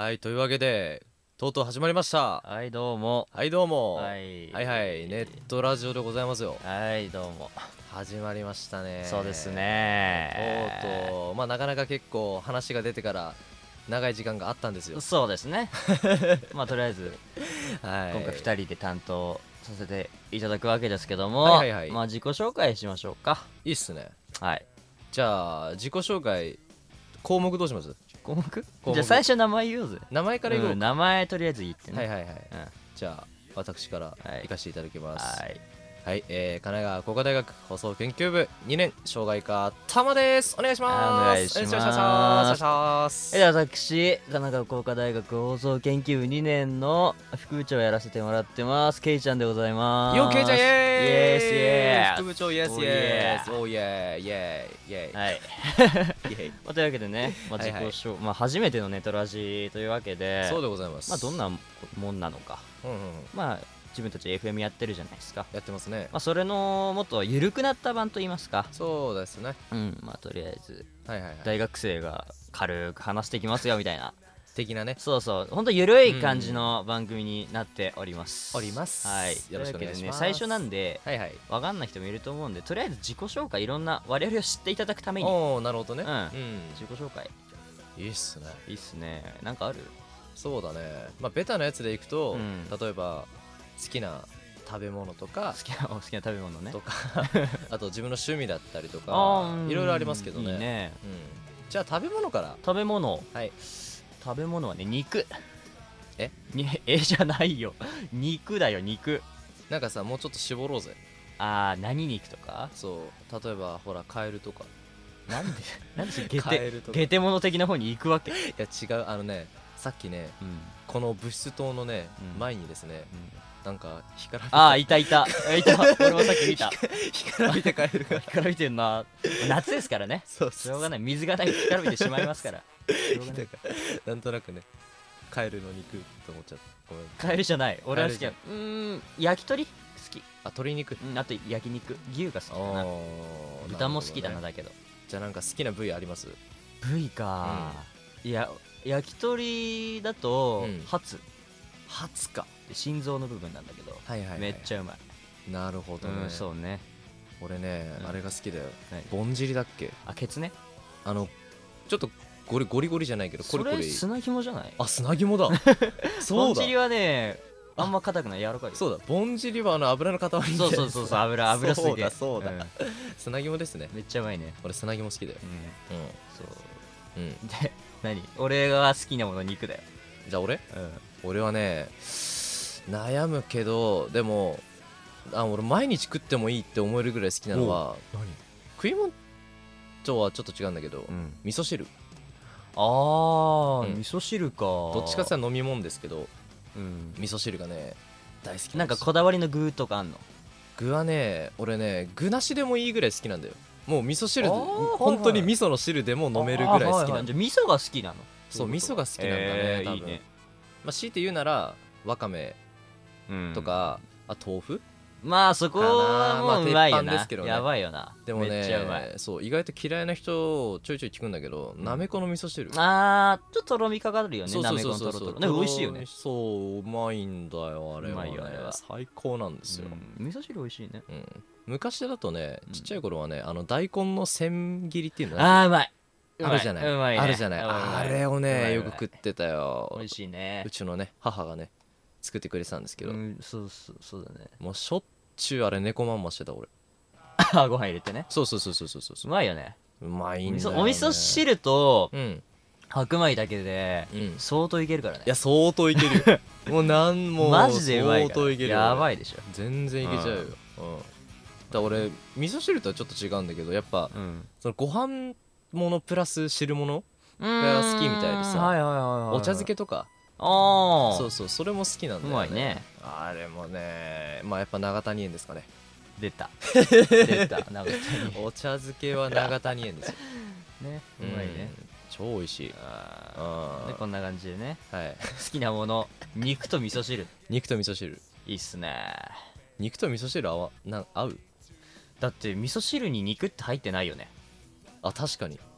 はい、というわけでとうとう始まりました。 はいどうも。 はいどうも。 はいはいネットラジオでございますよ。 はいどうも。 始まりましたね。 そうですね。 とうとうまあなかなか結構話が出てから長い時間があったんですよ。 そうですね。まあとりあえずはい今回2人で担当させていただくわけですけども、 はいはいはいまあ自己紹介しましょうか。 いいっすね。 はい。 じゃあ自己紹介項目どうします？ 項目項目じゃあ最初名前言おうぜ。 名前からいこうか。 名前とりあえず言ってね。 はいはいはい、 うん、 じゃあ私から行かせていただきます。 はいはい、神奈川工科大学放送研究部2年障害科たまです。お願いします。 お願いします。 お願いします。 で私神奈川工科大学放送研究部2年の副部長をやらせてもらってますけいちゃんでございます。 よけいちゃんイエーイ。 イエスイエーイ。 副部長イエスイエス。おーイエーイイエーイイエーイ。 はいイエーイ。 というわけでね、まあ、自己紹介、まあ、初めてのネトラジというわけで、 そうでございます。 まあ、どんなもんなのか、まあ自分たち FM やってるじゃないですか。 やってますね。 まあ、それのもっと緩くなった版といいますか。 そうですね。 まあとりあえずはいはいはい。 大学生が軽く話していきますよみたいな的なね。 そうそう、ほんと緩い感じの番組になっております。 おります。 はい。 よろしくお願いします。 最初なんで、 はいはい。 わかんない人もいると思うんで、とりあえず自己紹介、いろんな我々を知っていただくために。 おお、なるほどね。 自己紹介。 いいっすね。 いいっすね。なんかある？ そうだね。まあベタなやつでいくと、 うん例えば好きな食べ物とか好きな食べ物ね。 とかあと自分の趣味だったりとかあいろいろありますけどね。 いいね。 じゃあ食べ物から。 食べ物。 はい。 食べ物はね、肉。 えじゃないよ。肉だよ、肉。 なんかさ、もうちょっと絞ろうぜ。 何肉とか？ そう例えばほらカエルとか。 なんでカエルとか。 ゲテモノ的な方に行くわけ？いや違う、さっきね、この物質棟のね、前にですね、なんか干からびたいた俺もさっき見た干からびたカエルが干からびてるな。夏ですからね。しょうがない、水がないと干からびてしまいますから。しょうがない。 なんとなくね、カエルの肉と思っちゃった。ごめん。 カエルじゃない、俺は好きな焼き鳥好き。 鶏肉。 あと焼肉、牛が好きだな。豚も好きだな。だけどじゃあなんか好きな部位あります？ 部位か。いや焼き鳥だとハツか。心臓の部分なんだけど、めっちゃうまい。 なるほどね。 そうね。 俺ね、あれが好きだよ。ぼんじりだっけ？ ケツね。 ちょっとゴリゴリじゃないけど、コリコリ。 それ砂肝じゃない？ 砂肝だ。 ぼんじりはね、あんま硬くない、柔らかい。 そうだ、ぼんじりは油の塊。 そう油すげえ。 そうだ、砂肝ですね。 めっちゃうまいね。 俺砂肝好きだよ。 そうで、何？俺が好きなもの肉だよ。 じゃあ俺はね、悩むけど、でも俺毎日食ってもいいって思えるぐらい好きなのは、食い物とはちょっと違うんだけど、味噌汁。 味噌汁か。 どっちかっていうと飲み物ですけど、味噌汁がね大好き。 なんかこだわりの具とかあんの？ 具はね、俺ね、具なしでもいいぐらい好きなんだよ。もう味噌汁、本当に味噌の汁でも飲めるぐらい好きなんだ。 じゃあ味噌が好きなの？ そう、味噌が好きなんだね、多分。まあ強いて言うならわかめとか、豆腐。 まあそこはもううまいよな。やばいよな。 でもね、そう意外と嫌いな人ちょいちょい聞くんだけど、なめこの味噌汁。 ちょっととろみかかるよね。なめこのとろとろ。でも美味しいよね。 そう、うまいんだよあれはね。最高なんですよ。 味噌汁美味しいね。 昔だとね、ちっちゃい頃はね、大根の千切りっていうの。 うまい。 あるじゃない。あるじゃない。あれをねよく食ってたよ。 美味しいね。 うちのね母がね作ってくれてたんですけど、 そうだね。 もうしょっちゅうあれ猫まんましてた俺。 ご飯入れてね。 そう。 うまいよね。 うまいんだよね。 お味噌汁と白米だけで相当いけるからね。 いや相当いけるよ。もマジでうまいから。 相当いけるよ。 やばいでしょ。 全然いけちゃうよ。だ俺味噌汁とはちょっと違うんだけど、やっぱそのご飯ものプラス汁物が好きみたいでさ、お茶漬けとか。そうそれも好きなんだよね。うまいね。あれもね、まあやっぱ長谷園ですかね。 出た長谷園。 お茶漬けは長谷園ですよね。うまいね。 超美味しい。でこんな感じでね、 好きなもの肉と味噌汁。 肉と味噌汁いいっすね。 肉と味噌汁合う？ だって味噌汁に肉って入ってないよね。 確かに。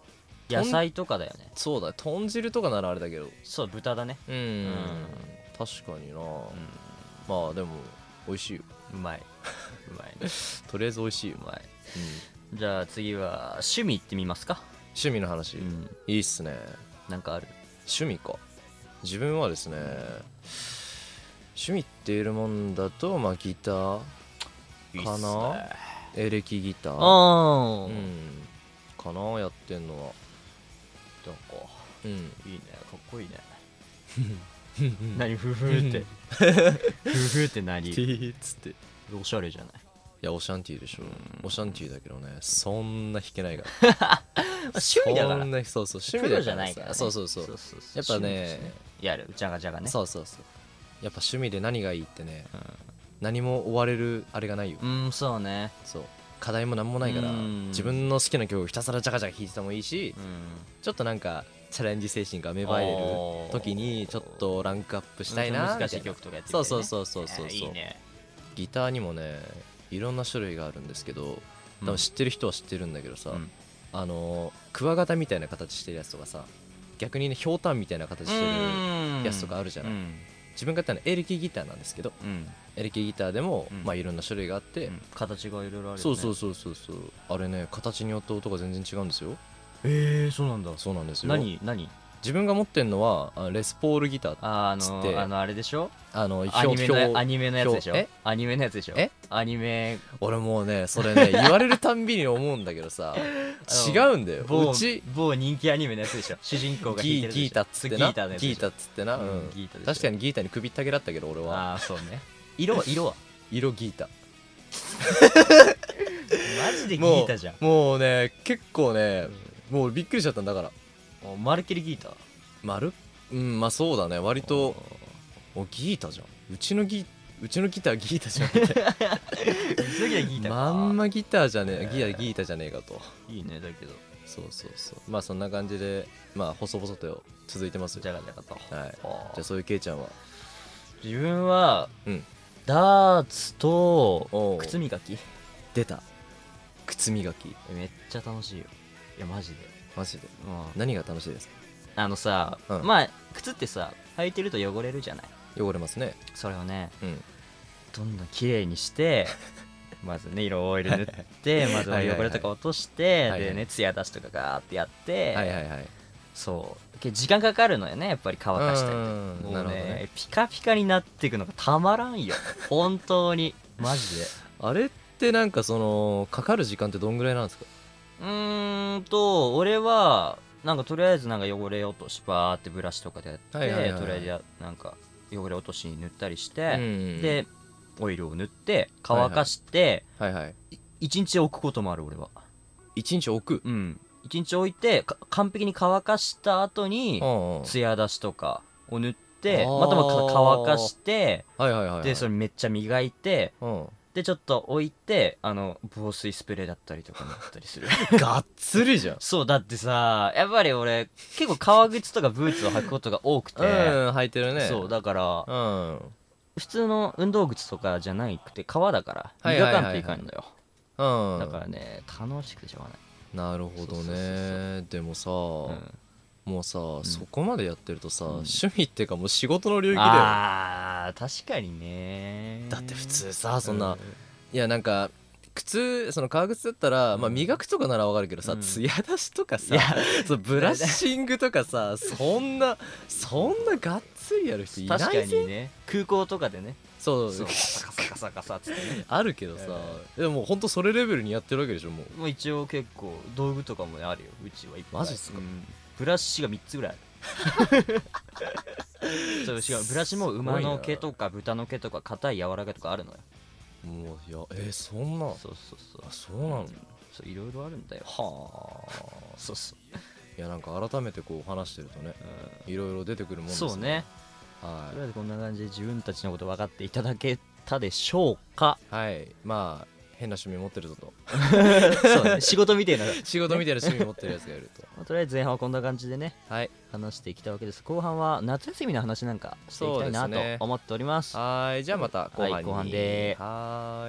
野菜とかだよね。 そうだ、豚汁とかならあれだけど。 そう、豚だね。 確かにな、まあでも美味しいよ。 うまいねとりあえず美味しいよ。 うまい。じゃあ次は趣味いってみますか。 趣味の話、いいっすね。 なんかある？ 趣味か。自分はですね、趣味って言えるもんだと、まあギターかな。エレキギターかな、やってんのは。 なんかいいね、かっこいいね。何ふふってふふって何ティーっつって。 おしゃれじゃない？いや、オシャンティーでしょ。オシャンティーだけどね、そんな弾けないから趣味だから。 そんな、そうそう、趣味だからじゃないから、ね、 そうやっぱね、 やるじゃがじゃがね。 そうやっぱ趣味で何がいいってね、何も追われるあれがないよ。 そうね。 そう課題もなんもないから、自分の好きな曲をひたすらジャカジャカ弾いててもいいし、ちょっとなんかチャレンジ精神が芽生える時にちょっとランクアップしたいな。 難しい曲とかやってみたいね。 そういいね。 ギターにもね、いろんな種類があるんですけど、多分知ってる人は知ってるんだけどさ、クワガタみたいな形してるやつとかさ、逆にねひょうたんみたいな形してるやつとかあるじゃない。自分がやったのはエレキギターなんですけど、エレキギターでもまあいろんな種類があって、 形がいろいろあるよね。 そうあれね、形によって音が全然違うんですよ。 そうなんだ。 そうなんですよ。 何自分が持ってんのはレスポールギターっつって、 あれでしょ、 アニメのやつでしょ。アニメのやつでしょ。アニメ。 俺もうね、それね言われるたんびに思うんだけどさ違うんだよ。 某人気アニメのやつでしょ。主人公が弾いてるギータっつってな。確かにギータに首ったけだったけど俺は。 そうね。色は色ギータマジでギータじゃん。 もうね結構ね、もうびっくりしちゃったんだから。 まるっきりギータ。 まあそうだね、割とギータじゃん。うちのギターギータじゃんみたいな。まんまギターじゃねえ、ギータじゃねえかと。 いいね。だけどそうまあそんな感じで、まあ細々と続いてますよ。 じゃがじゃがと。 はい。じゃあそういうケイちゃんは？ 自分はダーツと靴磨き。 出た、靴磨き。 めっちゃ楽しいよ。いやマジで何が楽しいですか？ さ、まあ靴ってさ履いてると汚れるじゃない。 汚れますね。 それをね、どんどん綺麗にしてまずね色オイル塗ってまず汚れとか落としてでねツヤ出しとかガーってやって、そう時間かかるのよね、やっぱり乾かしたり。もうねピカピカになっていくのがたまらんよ本当にマジで。 あれってなんかそのかかる時間ってどんぐらいなんですか？ 俺はなんかとりあえずなんか汚れ落としバーってブラシとかでやって、とりあえずなんか汚れ落としに塗ったりして、でオイルを塗って乾かして、1日置くこともある俺は。 1日置く 1日置いて完璧に乾かした後にツヤ出しとかを塗ってまた乾かして、でそれめっちゃ磨いて、でちょっと置いて防水スプレーだったりとかなったりするがっつりじゃん。 そうだってさ、やっぱり俺結構革靴とかブーツを履くことが多くて履いてるね。 そうだから、普通の運動靴とかじゃなくて革だから磨かんといかんのよ。だからね楽しくてしょうがない。 なるほどね。でもさ、もうさ、そこまでやってるとさ、趣味っていうかもう仕事の領域だよ。 確かにね。 だって普通さ、そんな、いやなんかその革靴だったら、まあ磨くとかならわかるけどさ、艶出しとかさ、ブラッシングとかさ、そんながっつりやる人いないぜ。 確かにね、空港とかでね、 そうカサカサっつってねあるけどさ、でもほんとそれレベルにやってるわけでしょ。もう一応結構道具とかもあるよ、うちはいっぱい。 マジっすか？ ブラシが3つぐらいあるそう違う、ブラシも馬の毛とか豚の毛とか硬い柔らかいとかあるのよ。 もういやそんな。そうなの。 そういろいろあるんだよ。そういやなんか改めてこう話してるとね、いろいろ出てくるもんですね。 そうね。とりあえずこんな感じで自分たちのこと分かっていただけたでしょうか。 はい。まあ変な趣味持ってるぞとそうね、仕事みたいな趣味持ってるやつがいるととりあえず前半はこんな感じでね、話してきたわけです。後半は夏休みの話なんかしていきたいなと思っております。 はい、じゃあまた後半で。 はい。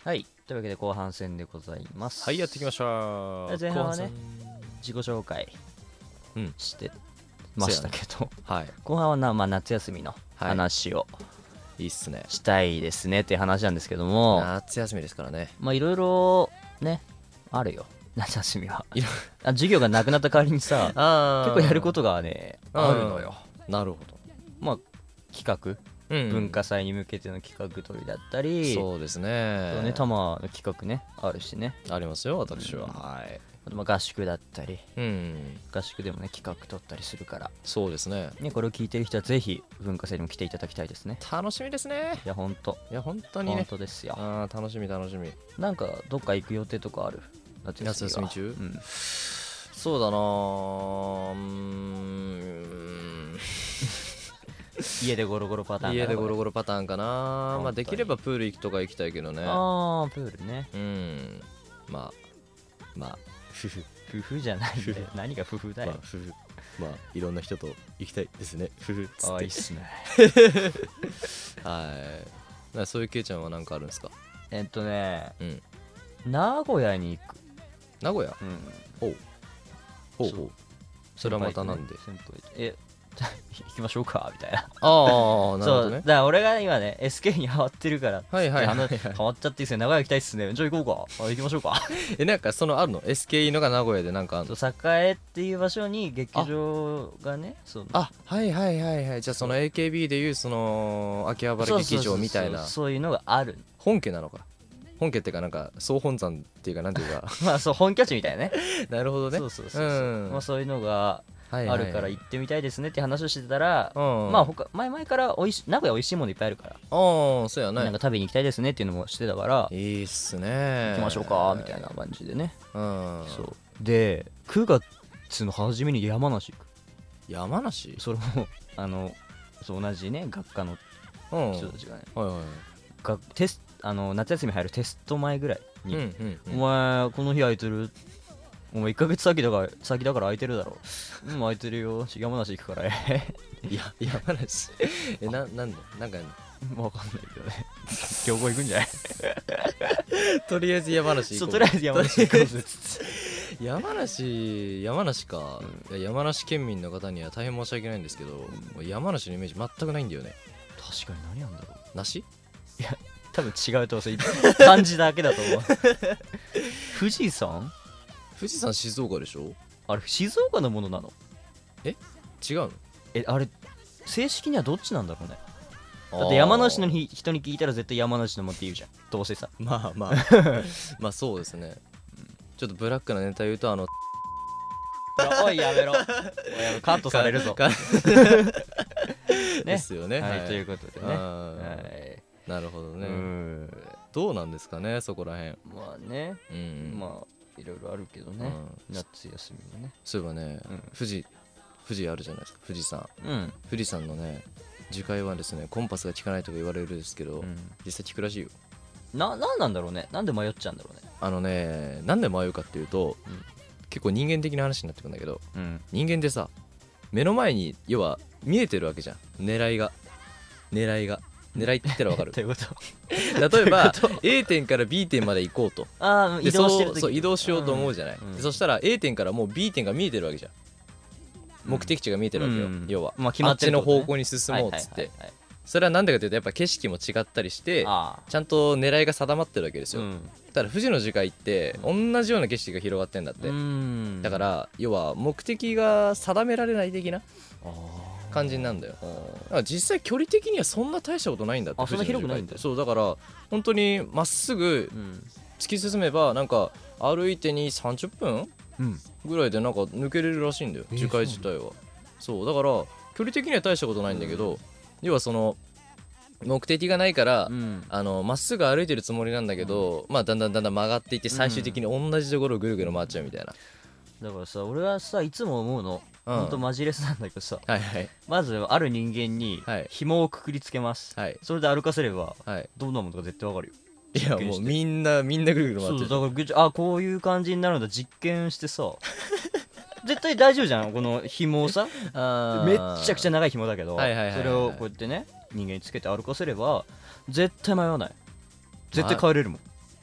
はい、というわけで後半戦でございます。 はい、やってきました。 前半はね自己紹介してましたけど、はい、後半はまあ、夏休みの話を、 いいっすね、 したいですねっていう話なんですけども、 夏休みですからね、 まあいろいろねあるよ夏休みは授業がなくなった代わりにさ結構やることがねあるのよ。 なるほど。 まあ企画、文化祭に向けての企画取りだったり、 そうですね、 多摩の企画ねあるしね、 ありますよ私は、はい。 あとまあ合宿だったり、合宿でもね企画取ったりするから、 そうですね、 これを聞いてる人はぜひ文化祭にも来ていただきたいですね。 楽しみですね。 いや本当にね、本当ですよ。 楽しみ楽しみ。 なんかどっか行く予定とかある？ 夏休み中、そうだな家でゴロゴロパターン。 家でゴロゴロパターンかな。まあできればプール行くとか行きたいけどね。 プールね。 まあ夫婦じゃないんだよ。何が夫婦だよ。 まあいろんな人と行きたいですね。夫婦つって。 いいっすね。 はい。そういうケイちゃんは何かあるんですか？ 名古屋に行く。 名古屋？ほう。それはまたなんで？ 行きましょうかみたいな。なるほどね。 だから俺が今ね SK にハマってるから、 ハマっちゃっていいですね。名古屋行きたいっすね。じゃあ行こうか。行きましょうか。 なんかそのあるの SK のが名古屋でなんかあるの？ 栄っていう場所に劇場がね。 はい。じゃあその AKB でいうその秋葉原劇場みたいな、 そういうのがある。 本家なのか。本家っていうかなんか総本山っていうかなんていうかまあそう本拠地みたいなね。 なるほどね。 まあそういうのがあるから行ってみたいですねって話をしてたら、まあ前から名古屋美味しいものいっぱいあるから、 そうやね、 なんか食べに行きたいですねっていうのもしてたから、 いいっすね、 行きましょうかみたいな感じでね。そうで9月の初めに山梨行く。 山梨？ それも同じね学科の人たちがね、夏休み入るテスト前ぐらいに、お前この日空いてる？お前1ヶ月先だから空いてるだろ。空いてるよ。山梨行くから山梨なんでなんか分かんないけどね。旅行行くんじゃない？ とりあえず山梨行こう。 とりあえず山梨行こうぜ。 山梨か、山梨県民の方には大変申し訳ないんですけど、山梨のイメージ全くないんだよね。 確かに何なんだろう。 梨？ いや多分違うと思う。漢字だけだと思う。富士山静岡でしょ？ あれ静岡のものなの？ 違うの？ あれ正式にはどっちなんだろうね。だって山梨の人に聞いたら絶対山梨のもんって言うじゃん、どうせさ。 まあそうですね。ちょっとブラックなネタ言うとおいやめろ。カットされるぞ。 ですよね。 はい、ということでね。 なるほどね。どうなんですかねそこらへん。 まあね、まあいろいろあるけどね、夏休みもね。 そういえばね、富士あるじゃないですか、富士山。富士山のね樹海はですねコンパスが効かないとか言われるんですけど、実際効くらしいよ。 なんなんだろうね。なんで迷っちゃうんだろうね。なんで迷うかっていうと、結構人間的な話になってくるんだけど、人間ってさ目の前に要は見えてるわけじゃん。狙いって言ったら分かる？例えば A 点から B 点まで行こうと、 移動してる時、 移動しようと思うじゃない。そしたら A 点からもう B 点が見えてるわけじゃん。目的地が見えてるわけよ、要は、あっちの方向に進もうっつって。それはなんでかというとやっぱ景色も違ったりしてちゃんと狙いが定まってるわけですよ。ただ富士の樹海って同じような景色が広がってんだって。だから要は目的が定められない的な感じなんだよ。だから実際距離的にはそんな大したことないんだって。 そんな広くないんだよ。 そうだから本当にまっすぐ突き進めばなんか歩いてに30分ぐらいでなんか抜けれるらしいんだよ、樹海自体は。そうだから距離的には大したことないんだけど、要はその目的がないからまっすぐ歩いてるつもりなんだけど、まあだんだん曲がっていって最終的に同じところをぐるぐる回っちゃうみたいな。 だからさ俺はさいつも思うの、ほんとマジレスなんだけどさ、 はいまずある人間に紐をくくりつけます、それで歩かせればどんなものか絶対わかるよ。 いやもうみんなぐるぐる回ってる。 そうだからこういう感じになるんだ実験してさ絶対大丈夫じゃんこの紐をさめっちゃくちゃ長い紐だけど、それをこうやってね人間につけて歩かせれば絶対迷わない。絶対帰れるもん。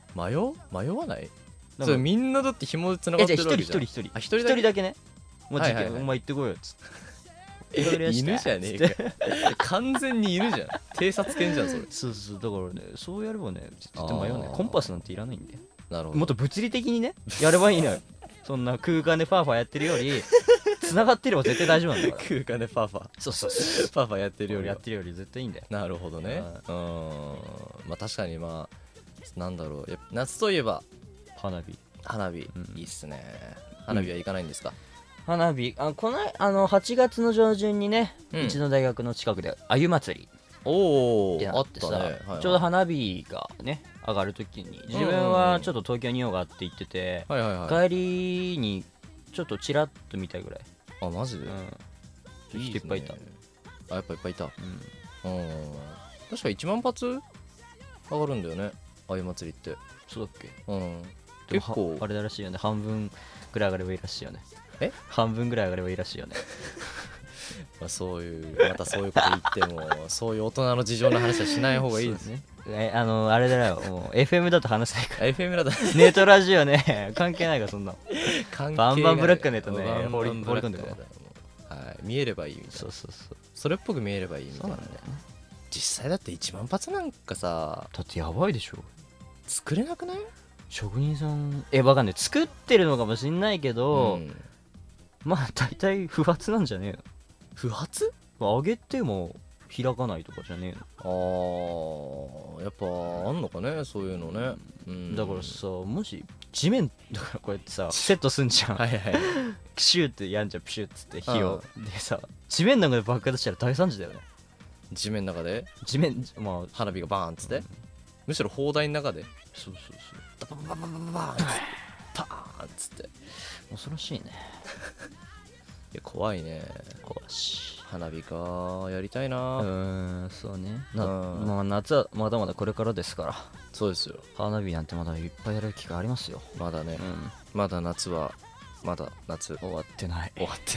迷わない？それみんなだって紐でつながってるわけじゃん。 一人だけね、マジでお前行ってこいよっつって犬じゃねえか完全に犬じゃん、偵察犬じゃんそれ。 そうそう、だからね、そうやればね絶対迷わない。コンパスなんていらないんだよ。 なるほど。 もっと物理的にねやればいいのよそんな空間でファーファーやってるより繋がってれば絶対大丈夫なんだから空間でファーファー、 そうそうファーファーやってるより絶対いいんだよ。 なるほどね。まあ確かに、まあなんだろう、夏といえば花火、 いいっすね。花火は行かないんですか？ 花火、8月の上旬にね、うちの大学の近くであゆ祭りってなってさ、ちょうど花火がね上がるときに、自分はちょっと東京に用があって行ってて、帰りにちょっとチラッと見たいぐらい。 あ、マジで？ 人いっぱいいた。 あ、やっぱいっぱいいた。確か1万発上がるんだよね、あゆ祭りって。 そうだっけ？ 結構あれだらしいよね、半分ぐらい上がればいいらしいよね。半分ぐらい上がればいいらしいよね。 まそういうこと言ってもそういう大人の事情の話はしない方がいいですね。 あれだよ、もう FM だと話せないから。 FM だとネットラジオね関係ないから、そんなバンバンブラックネットね放り込んでくる。 見えればいいみたいな。そうそれっぽく見えればいいみたいなね。実際だって1万発なんかさ、 だってやばいでしょ。 作れなくない？ 職人さんわかんない、作ってるのかもしんないけど、まあ大体不発なんじゃねえの？ 不発？ 上げても開かないとかじゃねえの？やっぱあんのかね、そういうのね。 だからさ、もし地面だからこうやってさセットすんじゃんプシューってやんじゃん、プシューっつって火をでさ、地面の中で爆発したら大惨事だよね。 地面の中でまあ花火がバーンっつって、むしろ砲台の中でそうババババババーンっつってパーンっつって恐ろしいね。 いや怖いね。 怖し花火か、やりたいな。 そうね。まあ夏はまだまだこれからですから。 そうですよ。 花火なんてまだいっぱいやる機会ありますよ。 まだね、まだ夏は終わってない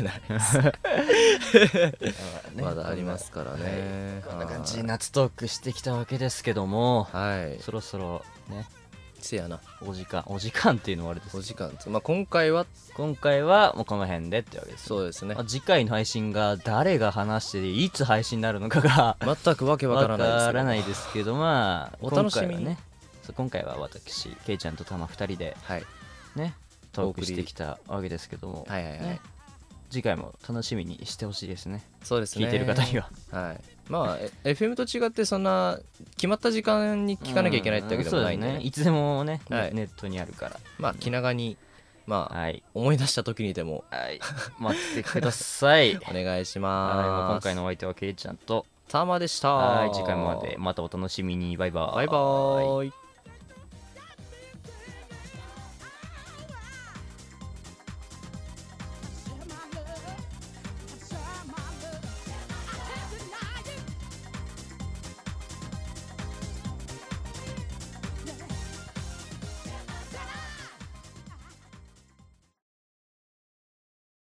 まだありますからね。 こんな感じで夏トークしてきたわけですけども、そろそろね、 せやな、 お時間っていうのはあれです。 お時間、まあ今回はもうこの辺でってわけです。 そうですね。 次回の配信が誰が話していつ配信になるのかが全くわけわからないですけど、まあお楽しみにね。 今回は私ケイちゃんとタマ2人でねトークしてきたわけですけども、次回も楽しみにしてほしいですね。 そうですね、 聞いてる方には。 まあ FM と違ってそんな決まった時間に聞かなきゃいけないってわけでもないんでね、 いつでもねネットにあるから、 まあ気長に思い出した時にでも待ってください。 お願いします。 今回のお相手はケイちゃんとタマでした。 次回までまたお楽しみに。バイバーイ。 バイバーイ。